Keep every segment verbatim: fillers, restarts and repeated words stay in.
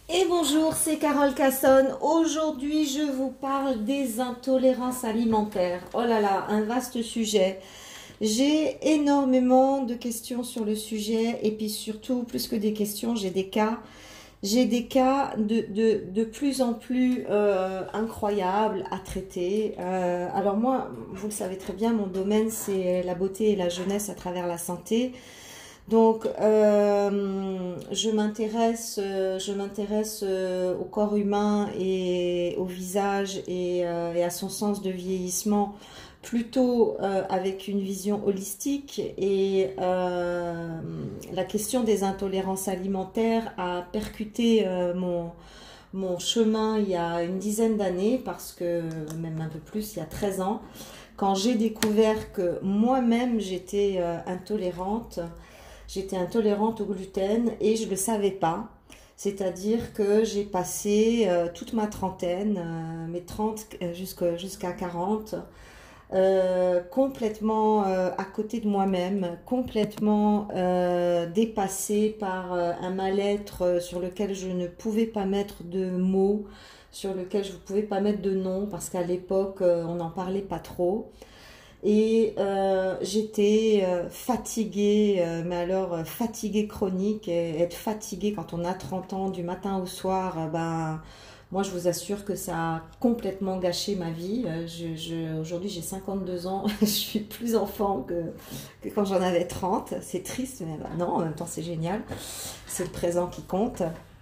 Et bonjour, c'est Carole Cassonne. Aujourd'hui, je vous parle des intolérances alimentaires. Oh là là, un vaste sujet. J'ai énormément de questions sur le sujet et puis surtout, plus que des questions, j'ai des cas. J'ai des cas de, de, de plus en plus euh, incroyables à traiter. Euh, alors moi, vous le savez très bien, mon domaine, c'est la beauté et la jeunesse à travers la santé. Donc, euh, je m'intéresse, euh, je m'intéresse euh, au corps humain et au visage et, euh, et à son sens de vieillissement plutôt euh, avec une vision holistique. Et euh, la question des intolérances alimentaires a percuté euh, mon, mon chemin il y a une dizaine d'années, parce que même un peu plus, il y a treize ans, quand j'ai découvert que moi-même j'étais euh, intolérante. J'étais intolérante au gluten et je ne le savais pas. C'est-à-dire que j'ai passé euh, toute ma trentaine, euh, mes trente euh, jusqu'à jusqu'à quarante, euh, complètement euh, à côté de moi-même, complètement euh, dépassée par euh, un mal-être euh, sur lequel je ne pouvais pas mettre de mots, sur lequel je ne pouvais pas mettre de nom, parce qu'à l'époque, euh, on n'en parlait pas trop. Et euh, j'étais euh, fatiguée, euh, mais alors euh, fatiguée chronique. Et être fatiguée quand on a trente ans du matin au soir, euh, ben, moi je vous assure que ça a complètement gâché ma vie. Euh, je, je, aujourd'hui j'ai cinquante-deux ans, je suis plus enfant que, que quand j'en avais trente. C'est triste, mais ben, non, en même temps c'est génial. C'est le présent qui compte.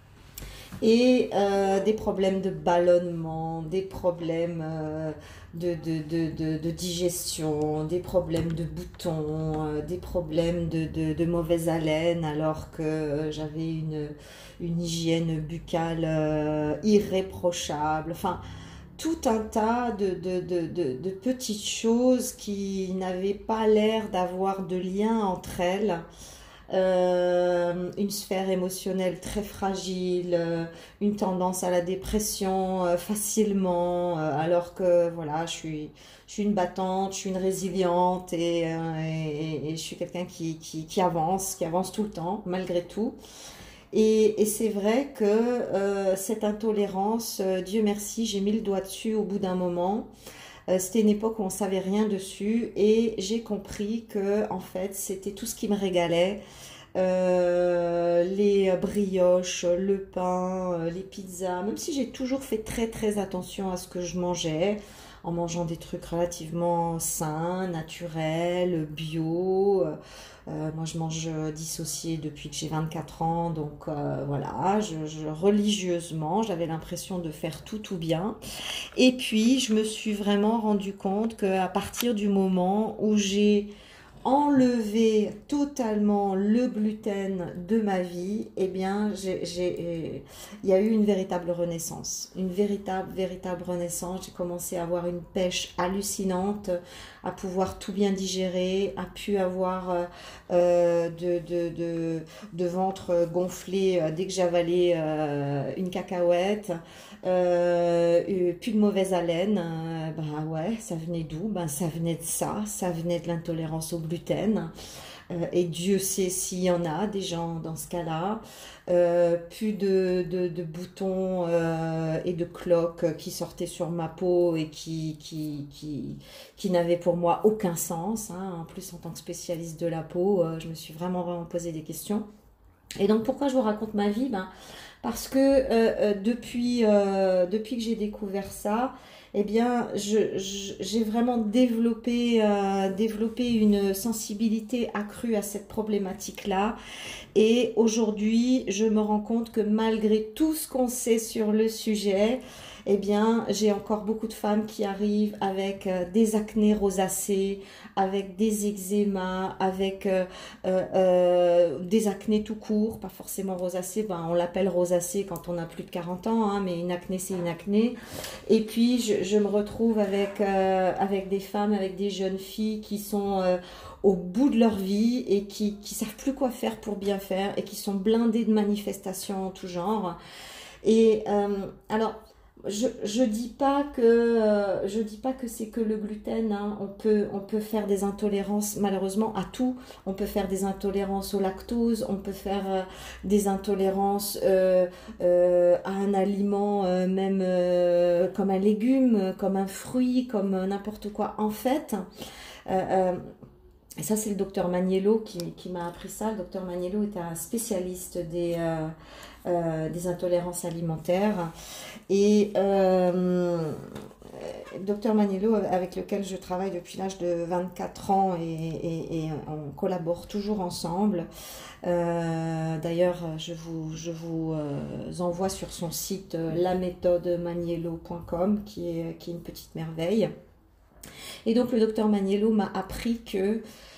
Et euh, des problèmes de ballonnement, des problèmes euh, de, de, de, de, de digestion, des problèmes de boutons, euh, des problèmes de, de, de mauvaise haleine, alors que euh, j'avais une, une hygiène buccale euh, irréprochable. Enfin, tout un tas de, de, de, de, de petites choses qui n'avaient pas l'air d'avoir de lien entre elles. Euh, une sphère émotionnelle très fragile, euh, une tendance à la dépression euh, facilement, euh, alors que voilà, je suis, je suis une battante, je suis une résiliente et, euh, et, et je suis quelqu'un qui, qui, qui avance, qui avance tout le temps, malgré tout. Et, et c'est vrai que euh, cette intolérance, euh, Dieu merci, j'ai mis le doigt dessus au bout d'un moment. Euh, c'était une époque où on savait rien dessus et j'ai compris que en fait c'était tout ce qui me régalait. Euh, les brioches, le pain, euh, les pizzas, même si j'ai toujours fait très très attention à ce que je mangeais, en mangeant des trucs relativement sains, naturels, bio. Euh, moi je mange dissocié depuis que j'ai vingt-quatre ans, donc euh, voilà, je, je, religieusement, j'avais l'impression de faire tout tout bien. Et puis, je me suis vraiment rendu compte qu'à partir du moment où j'ai enlevé totalement le gluten de ma vie, eh bien, j'ai, j'ai, il y a eu une véritable renaissance. Une véritable, véritable renaissance. J'ai commencé à avoir une pêche hallucinante, à pouvoir tout bien digérer, à pu avoir euh, de, de, de, de ventre gonflé euh, dès que j'avalais euh, une cacahuète. Euh, plus de mauvaise haleine, euh, bah ouais, ça venait d'où? Ben ça venait de ça, ça venait de l'intolérance au gluten. Euh, et Dieu sait s'il y en a des gens dans ce cas-là. Euh, plus de, de, de boutons euh, et de cloques qui sortaient sur ma peau et qui, qui, qui, qui n'avaient pour moi aucun sens. Hein. En plus, en tant que spécialiste de la peau, euh, je me suis vraiment, vraiment posé des questions. Et donc, pourquoi je vous raconte ma vie? Ben, parce que euh, euh, depuis, euh, depuis que j'ai découvert ça, eh bien, je, je- j'ai vraiment développé, euh, développé une sensibilité accrue à cette problématique-là. Et aujourd'hui, je me rends compte que malgré tout ce qu'on sait sur le sujet, eh bien, j'ai encore beaucoup de femmes qui arrivent avec euh, des acnés rosacées, avec des eczémas, avec euh, euh, euh, des acnés tout court, pas forcément rosacées. Ben, on l'appelle rosacée quand on a plus de quarante ans, hein, mais une acné, c'est une acné. Et puis, je, je me retrouve avec, euh, avec des femmes, avec des jeunes filles qui sont euh, au bout de leur vie et qui qui savent plus quoi faire pour bien faire et qui sont blindées de manifestations en tout genre. Et euh, alors, Je, je dis pas que euh, je dis pas que c'est que le gluten, hein. On peut on peut faire des intolérances malheureusement à tout. On peut faire des intolérances au lactose, on peut faire euh, des intolérances euh, euh, à un aliment, euh, même euh, comme un légume, comme un fruit, comme euh, n'importe quoi. En fait, euh, euh, et ça c'est le docteur Maniello qui, qui m'a appris ça. Le docteur Maniello est un spécialiste des euh, euh, des intolérances alimentaires. Et euh, docteur Maniello, avec lequel je travaille depuis l'âge de vingt-quatre ans, et, et, et on collabore toujours ensemble. Euh, D'ailleurs, je vous, je vous euh, envoie sur son site euh, la méthode maniello point com, qui est, qui est une petite merveille. Et donc, le docteur Maniello m'a appris que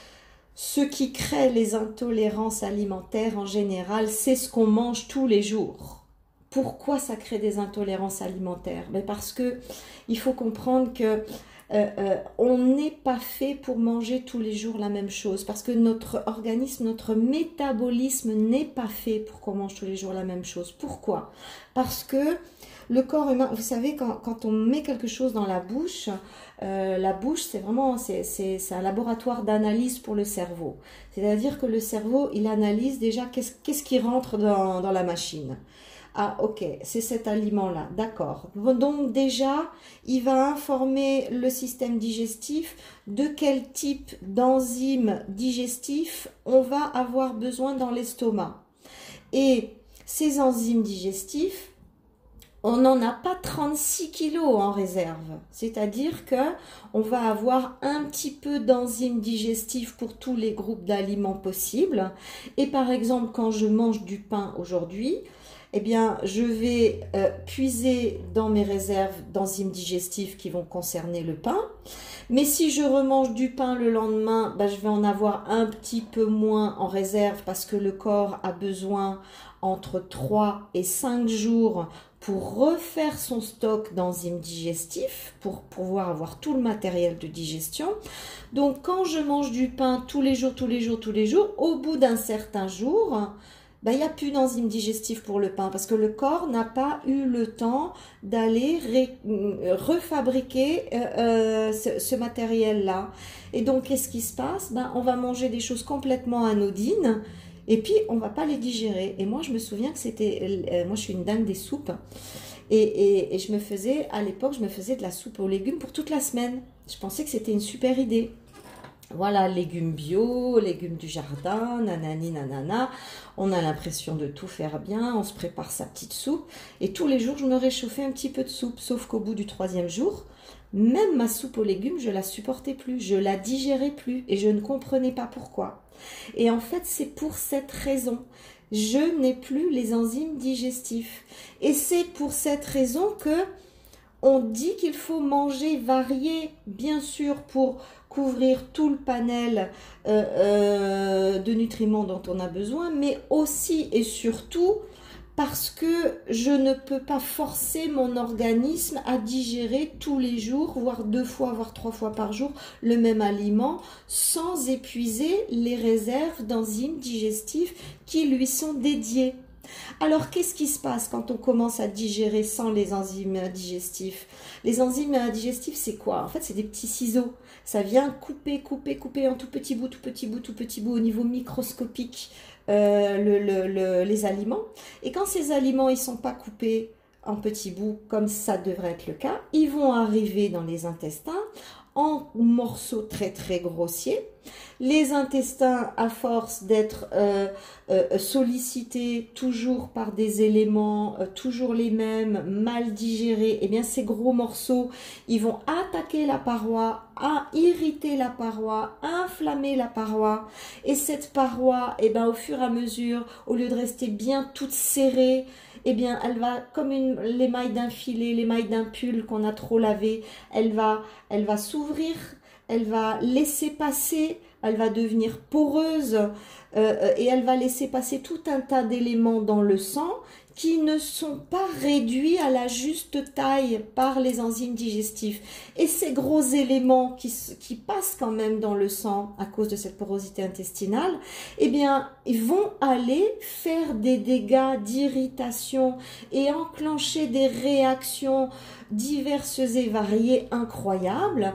ce qui crée les intolérances alimentaires en général, c'est ce qu'on mange tous les jours. Pourquoi ça crée des intolérances alimentaires? Mais parce que il faut comprendre que euh, euh, on n'est pas fait pour manger tous les jours la même chose, parce que notre organisme, notre métabolisme n'est pas fait pour qu'on mange tous les jours la même chose. Pourquoi? Parce que le corps humain, vous savez, quand, quand on met quelque chose dans la bouche, euh, la bouche, c'est vraiment, c'est, c'est, c'est un laboratoire d'analyse pour le cerveau. C'est-à-dire que le cerveau, il analyse déjà qu'est-ce, qu'est-ce qui rentre dans, dans la machine. Ah, ok, c'est cet aliment-là, d'accord. Donc déjà, il va informer le système digestif de quel type d'enzymes digestifs on va avoir besoin dans l'estomac. Et ces enzymes digestifs, on n'en a pas trente-six kilos en réserve. C'est-à-dire que on va avoir un petit peu d'enzymes digestifs pour tous les groupes d'aliments possibles. Et par exemple, quand je mange du pain aujourd'hui, eh bien, je vais euh, puiser dans mes réserves d'enzymes digestifs qui vont concerner le pain. Mais si je remange du pain le lendemain, ben, je vais en avoir un petit peu moins en réserve parce que le corps a besoin entre trois et cinq jours pour refaire son stock d'enzymes digestifs, pour pouvoir avoir tout le matériel de digestion. Donc, quand je mange du pain tous les jours, tous les jours, tous les jours, au bout d'un certain jour, ben, il n'y a plus d'enzymes digestifs pour le pain parce que le corps n'a pas eu le temps d'aller refabriquer euh, euh, ce, ce matériel-là. Et donc, qu'est-ce qui se passe? Ben, on va manger des choses complètement anodines et puis on ne va pas les digérer. Et moi, je me souviens que c'était... Euh, moi, je suis une dingue des soupes. Et, et, et je me faisais, à l'époque, je me faisais de la soupe aux légumes pour toute la semaine. Je pensais que c'était une super idée. Voilà, légumes bio, légumes du jardin, nanani, nanana. On a l'impression de tout faire bien, on se prépare sa petite soupe. Et tous les jours, je me réchauffais un petit peu de soupe. Sauf qu'au bout du troisième jour, même ma soupe aux légumes, je la supportais plus, je la digérais plus et je ne comprenais pas pourquoi. Et en fait, c'est pour cette raison. Je n'ai plus les enzymes digestifs. Et c'est pour cette raison que on dit qu'il faut manger varié, bien sûr, pour couvrir tout le panel euh, euh, de nutriments dont on a besoin, mais aussi et surtout parce que je ne peux pas forcer mon organisme à digérer tous les jours, voire deux fois, voire trois fois par jour, le même aliment, sans épuiser les réserves d'enzymes digestifs qui lui sont dédiées. Alors, qu'est-ce qui se passe quand on commence à digérer sans les enzymes digestifs? Les enzymes digestifs, c'est quoi? En fait, c'est des petits ciseaux. Ça vient couper, couper, couper en tout petit bout, tout petit bout, tout petit bout, au niveau microscopique, euh, le, le, le, les aliments. Et quand ces aliments, ils ne sont pas coupés en petits bouts, comme ça devrait être le cas, ils vont arriver dans les intestins en morceaux très très grossiers. Les intestins, à force d'être euh, euh, sollicités toujours par des éléments, euh, toujours les mêmes, mal digérés, eh bien ces gros morceaux, ils vont attaquer la paroi, à irriter la paroi, inflammer la paroi. Et cette paroi, eh bien, au fur et à mesure, au lieu de rester bien toute serrée, eh bien, elle va, comme une, l'émail d'un filet, l'émail d'un pull qu'on a trop lavé, elle va, elle va s'ouvrir, elle va laisser passer, elle va devenir poreuse euh, et elle va laisser passer tout un tas d'éléments dans le sang qui ne sont pas réduits à la juste taille par les enzymes digestifs. Et ces gros éléments qui, qui passent quand même dans le sang à cause de cette porosité intestinale, eh bien, ils vont aller faire des dégâts d'irritation et enclencher des réactions diverses et variées incroyables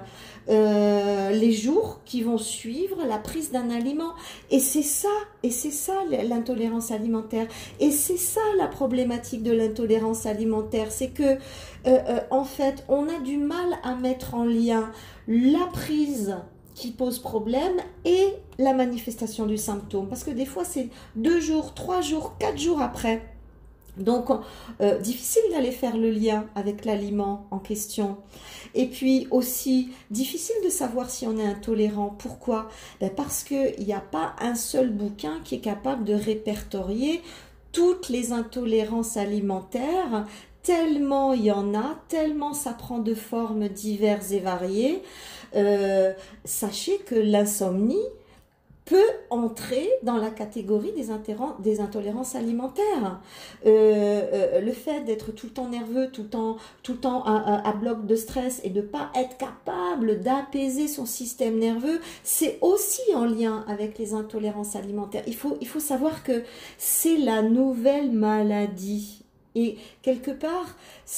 euh, les jours qui vont suivre la prise d'un aliment. Et c'est ça, et c'est ça l'intolérance alimentaire. Et c'est ça la problématique de l'intolérance alimentaire, c'est que euh, euh, en fait, on a du mal à mettre en lien la prise qui pose problème et la manifestation du symptôme. Parce que des fois, c'est deux jours, trois jours, quatre jours après. Donc, euh, difficile d'aller faire le lien avec l'aliment en question. Et puis aussi, difficile de savoir si on est intolérant. Pourquoi? Ben parce qu'il n'y a pas un seul bouquin qui est capable de répertorier toutes les intolérances alimentaires, tellement il y en a, tellement ça prend de formes diverses et variées. Euh, sachez que l'insomnie peut entrer dans la catégorie des, des intolérances alimentaires. Euh, euh, le fait d'être tout le temps nerveux, tout le temps, tout le temps à, à, à bloc de stress et de ne pas être capable d'apaiser son système nerveux, c'est aussi en lien avec les intolérances alimentaires. Il faut, il faut savoir que c'est la nouvelle maladie. Et quelque part,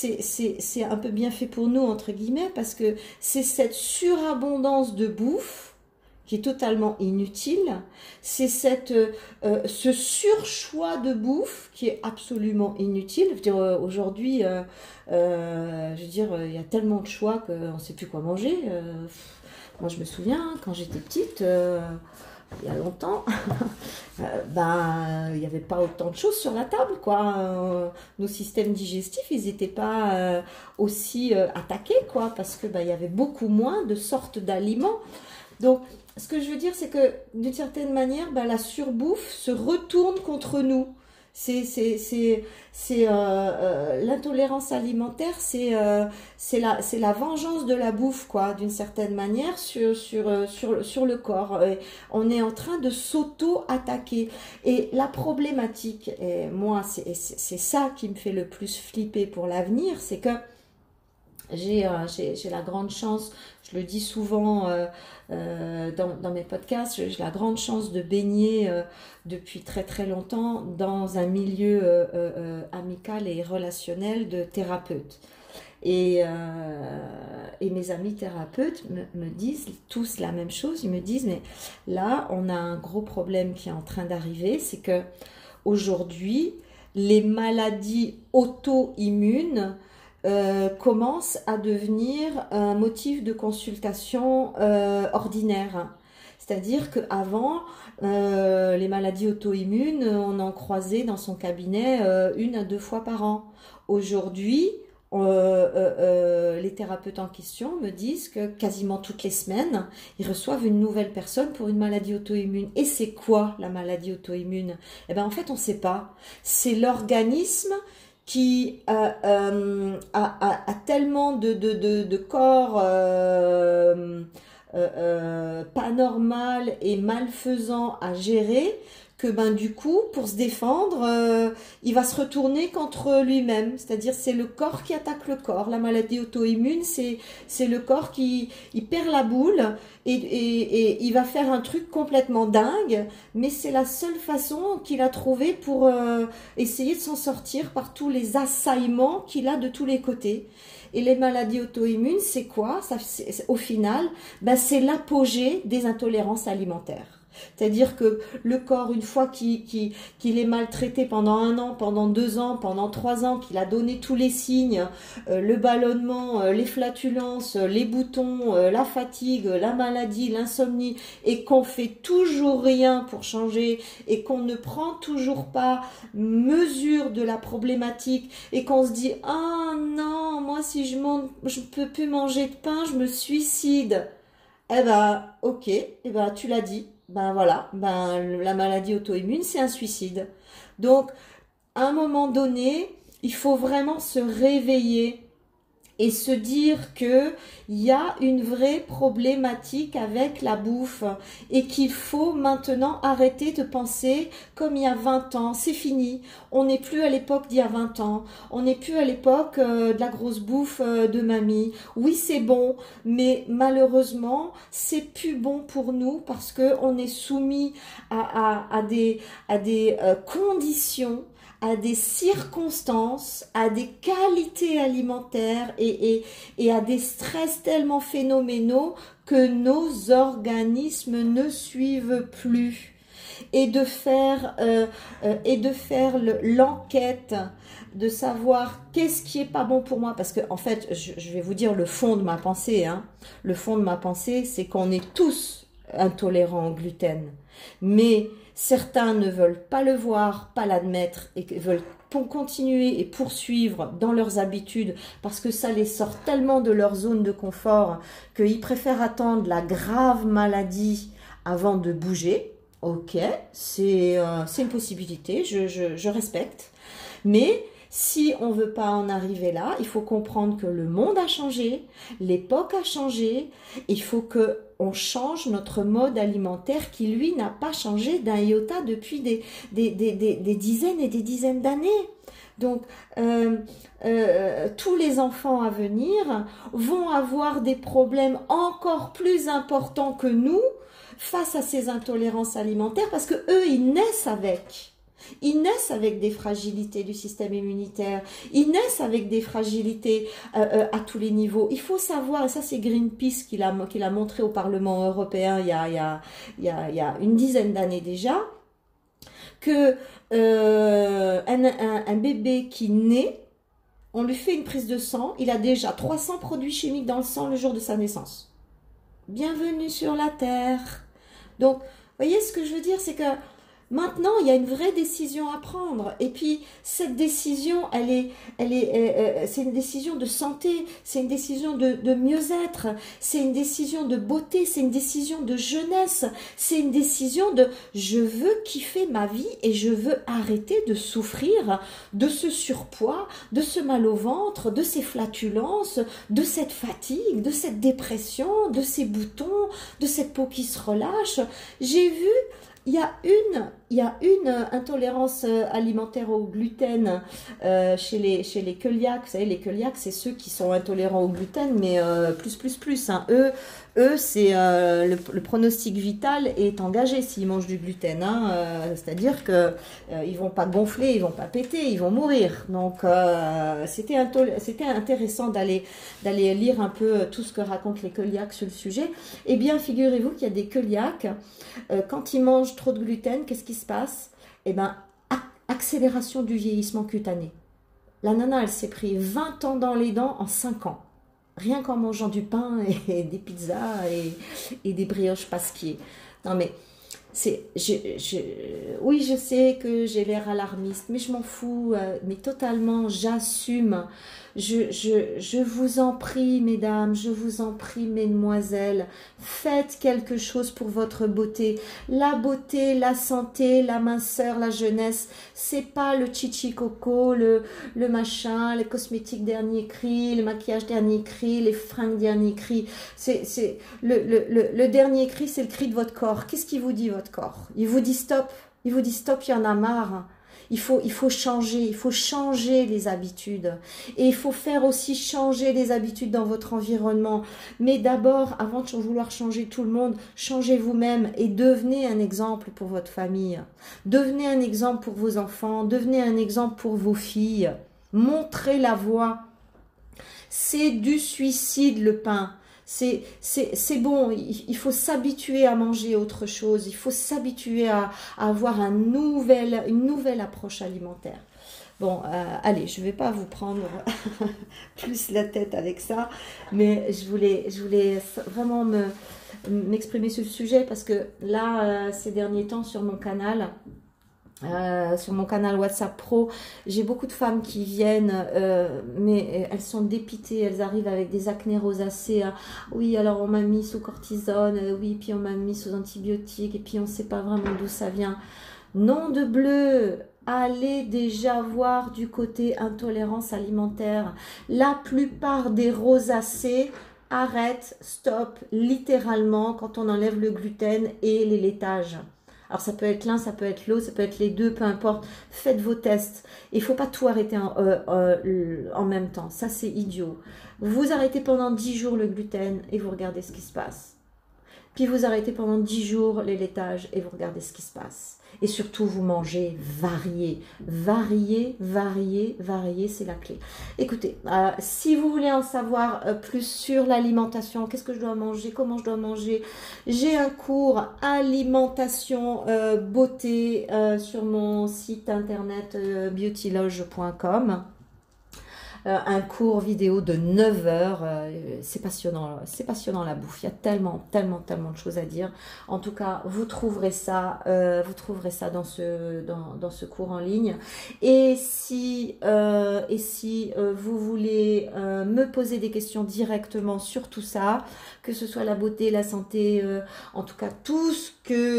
c'est un peu bien fait pour nous, entre guillemets, parce que c'est cette surabondance de bouffe qui est totalement inutile, c'est cette euh, ce surchoix de bouffe qui est absolument inutile. Je veux dire, euh, aujourd'hui, euh, euh, je veux dire, il y a tellement de choix qu'on ne sait plus quoi manger. Euh, moi, je me souviens, quand j'étais petite, euh, il y a longtemps, euh, ben, il n'y avait pas autant de choses sur la table, quoi. Euh, nos systèmes digestifs, ils n'étaient pas euh, aussi euh, attaqués, quoi, parce que ben, il y avait beaucoup moins de sortes d'aliments. Donc, ce que je veux dire, c'est que d'une certaine manière, ben, la surbouffe se retourne contre nous. C'est c'est c'est c'est euh, euh, l'intolérance alimentaire, c'est euh, c'est la c'est la vengeance de la bouffe, quoi, d'une certaine manière sur sur euh, sur sur le corps. Et on est en train de s'auto-attaquer. Et la problématique, et moi, c'est c'est ça qui me fait le plus flipper pour l'avenir, c'est que j'ai euh, j'ai la grande chance, je le dis souvent euh, euh, dans, dans mes podcasts, j'ai la grande chance de baigner euh, depuis très très longtemps dans un milieu euh, euh, amical et relationnel de thérapeutes. Et, euh, et mes amis thérapeutes me, me disent tous la même chose, ils me disent, mais là on a un gros problème qui est en train d'arriver, c'est que aujourd'hui les maladies auto-immunes Euh, commence à devenir un motif de consultation euh, ordinaire. C'est-à-dire qu'avant, euh, les maladies auto-immunes, on en croisait dans son cabinet euh, une à deux fois par an. Aujourd'hui, euh, euh, euh, les thérapeutes en question me disent que quasiment toutes les semaines, ils reçoivent une nouvelle personne pour une maladie auto-immune. Et c'est quoi la maladie auto-immune? Eh bien, en fait, on ne sait pas. C'est l'organisme qui euh, euh, a, a, a tellement de, de, de, de corps euh, euh, euh, pas normal et malfaisant à gérer, que ben du coup, pour se défendre, euh, il va se retourner contre lui-même. C'est-à-dire, c'est le corps qui attaque le corps. La maladie auto-immune, c'est c'est le corps qui il perd la boule et, et, et il va faire un truc complètement dingue, mais c'est la seule façon qu'il a trouvé pour euh, essayer de s'en sortir par tous les assaillements qu'il a de tous les côtés. Et les maladies auto-immunes, c'est quoi? Ça, c'est, au final, ben, c'est l'apogée des intolérances alimentaires. C'est-à-dire que le corps, une fois qu'il qu'il, qu'il est maltraité pendant un an, pendant deux ans, pendant trois ans, qu'il a donné tous les signes, euh, le ballonnement, euh, les flatulences, euh, les boutons, euh, la fatigue, la maladie, l'insomnie, et qu'on fait toujours rien pour changer, et qu'on ne prend toujours pas mesure de la problématique, et qu'on se dit « Ah non, moi si je ne peux plus manger de pain, je me suicide ». Eh ben, ok, eh ben, tu l'as dit. Ben voilà, ben la maladie auto-immune, c'est un suicide. Donc, à un moment donné, il faut vraiment se réveiller et se dire que il y a une vraie problématique avec la bouffe et qu'il faut maintenant arrêter de penser comme il y a vingt ans, c'est fini, on n'est plus à l'époque d'il y a vingt ans, on n'est plus à l'époque euh, de la grosse bouffe euh, de mamie. Oui, c'est bon, mais malheureusement, c'est plus bon pour nous parce que on est soumis à, à, à des, à des euh, conditions, à des circonstances, à des qualités alimentaires et, et, et à des stress tellement phénoménaux que nos organismes ne suivent plus. Et de faire, euh, euh, et de faire l'enquête, de savoir qu'est-ce qui est pas bon pour moi. Parce que en fait, je, je vais vous dire le fond de ma pensée. Hein. Le fond de ma pensée, c'est qu'on est tous intolérants au gluten. Mais certains ne veulent pas le voir, pas l'admettre et veulent pour continuer et poursuivre dans leurs habitudes parce que ça les sort tellement de leur zone de confort qu'ils préfèrent attendre la grave maladie avant de bouger. Ok, c'est euh, c'est une possibilité, je, je, je respecte. Mais si on veut pas en arriver là, il faut comprendre que le monde a changé, l'époque a changé, il faut que on change notre mode alimentaire qui, lui, n'a pas changé d'un iota depuis des, des, des, des, des dizaines et des dizaines d'années. Donc, euh, euh, tous les enfants à venir vont avoir des problèmes encore plus importants que nous face à ces intolérances alimentaires parce que eux, ils naissent avec. Ils naissent avec des fragilités du système immunitaire, ils naissent avec des fragilités euh, euh, à tous les niveaux. Il faut savoir, et ça c'est Greenpeace qui l'a qui l'a montré au Parlement européen il y a, il y a, il y a, il y a une dizaine d'années déjà, que euh, un, un, un bébé qui naît, on lui fait une prise de sang, il a déjà trois cents produits chimiques dans le sang le jour de sa naissance. Bienvenue sur la Terre. Donc, vous voyez ce que je veux dire, c'est que maintenant, il y a une vraie décision à prendre. Et puis, cette décision, elle est, elle est, euh, c'est une décision de santé, c'est une décision de, de mieux-être, c'est une décision de beauté, c'est une décision de jeunesse, c'est une décision de je veux kiffer ma vie et je veux arrêter de souffrir de ce surpoids, de ce mal au ventre, de ces flatulences, de cette fatigue, de cette dépression, de ces boutons, de cette peau qui se relâche. J'ai vu Il y a une, il y a une intolérance alimentaire au gluten euh, chez les chez les cœliaques. Vous savez, les cœliaques, c'est ceux qui sont intolérants au gluten, mais euh, plus plus plus. Hein. Eux, eux, c'est euh, le, le pronostic vital est engagé s'ils mangent du gluten. Hein. Euh, C'est-à-dire que euh, ils vont pas gonfler, ils vont pas péter, ils vont mourir. Donc euh, c'était c'était intéressant d'aller d'aller lire un peu tout ce que racontent les cœliaques sur le sujet. Eh bien, figurez-vous qu'il y a des cœliaques euh, quand ils mangent trop de gluten, qu'est-ce qui se passe? Eh bien, accélération du vieillissement cutané. La nana, elle s'est pris vingt ans dans les dents en cinq ans. Rien qu'en mangeant du pain et des pizzas et, et des brioches pasquier. Non mais, c'est, je, je, oui, je sais que j'ai l'air alarmiste, mais je m'en fous, euh, mais totalement, j'assume. Je, je, je vous en prie, mesdames, je vous en prie, mesdemoiselles, faites quelque chose pour votre beauté. La beauté, la santé, la minceur, la jeunesse, c'est pas le chichi coco, le, le machin, les cosmétiques dernier cri, le maquillage dernier cri, les fringues dernier cri. C'est, c'est, le, le, le, le dernier cri, c'est le cri de votre corps. Qu'est-ce qu'il vous dit, votre corps? Il vous dit stop, il vous dit stop, il y en a marre. Il faut, il faut changer, il faut changer les habitudes. Et il faut faire aussi changer les habitudes dans votre environnement. Mais d'abord, avant de vouloir changer tout le monde, changez vous-même et devenez un exemple pour votre famille. Devenez un exemple pour vos enfants, devenez un exemple pour vos filles. Montrez la voie. C'est du suicide le pain. C'est c'est bon, il, il faut s'habituer à manger autre chose, il faut s'habituer à, à avoir un nouvel, une nouvelle approche alimentaire. Bon, euh, allez, je ne vais pas vous prendre plus la tête avec ça, mais je voulais, je voulais vraiment me, m'exprimer sur le sujet parce que là, euh, ces derniers temps sur mon canal, Euh, sur mon canal WhatsApp Pro, j'ai beaucoup de femmes qui viennent, euh, mais elles sont dépitées, elles arrivent avec des acnés rosacées. Hein. Oui, alors on m'a mis sous cortisone, euh, oui, puis on m'a mis sous antibiotiques, et puis on ne sait pas vraiment d'où ça vient. Nom de bleu, allez déjà voir du côté intolérance alimentaire. La plupart des rosacées arrêtent, stop, littéralement, quand on enlève le gluten et les laitages. Alors ça peut être l'un, ça peut être l'autre, ça peut être les deux, peu importe. Faites vos tests. Il ne faut pas tout arrêter en, euh, euh, en même temps. Ça, c'est idiot. Vous arrêtez pendant dix jours le gluten et vous regardez ce qui se passe. Puis vous arrêtez pendant dix jours les laitages et vous regardez ce qui se passe. Et surtout, vous mangez varié. Varié, varié, varié, c'est la clé. Écoutez, euh, si vous voulez en savoir euh, plus sur l'alimentation, qu'est-ce que je dois manger, comment je dois manger, j'ai un cours alimentation euh, beauté euh, sur mon site internet euh, beautyloge point com. Euh, un cours vidéo de neuf heures, euh, c'est passionnant, c'est passionnant la bouffe, il y a tellement, tellement, tellement de choses à dire. En tout cas, vous trouverez ça, euh, vous trouverez ça dans ce, dans, dans ce cours en ligne. Et si, euh, et si euh, vous voulez euh, me poser des questions directement sur tout ça, que ce soit la beauté, la santé, euh, en tout cas tout ce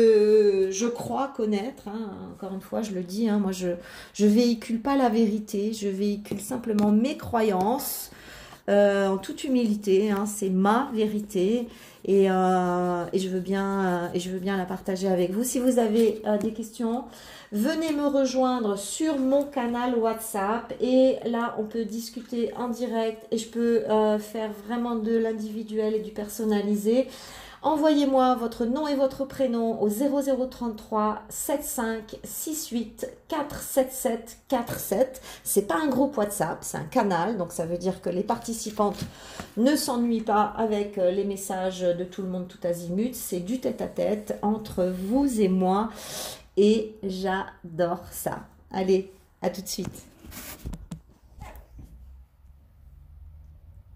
que je crois connaître, hein, encore une fois, je le dis, hein, moi je, je véhicule pas la vérité, je véhicule simplement mes croyances, euh, en toute humilité, hein, c'est ma vérité et, euh, et, je veux bien, euh, et je veux bien la partager avec vous. Si vous avez euh, des questions, venez me rejoindre sur mon canal WhatsApp et là on peut discuter en direct et je peux euh, faire vraiment de l'individuel et du personnalisé. Envoyez-moi votre nom et votre prénom au zéro zéro trente-trois soixante-cinq soixante-huit quatre cent soixante-sept quarante-sept. C'est pas un groupe WhatsApp, c'est un canal, donc ça veut dire que les participantes ne s'ennuient pas avec les messages de tout le monde tout azimut. C'est du tête-à-tête entre vous et moi et j'adore ça. Allez, à tout de suite.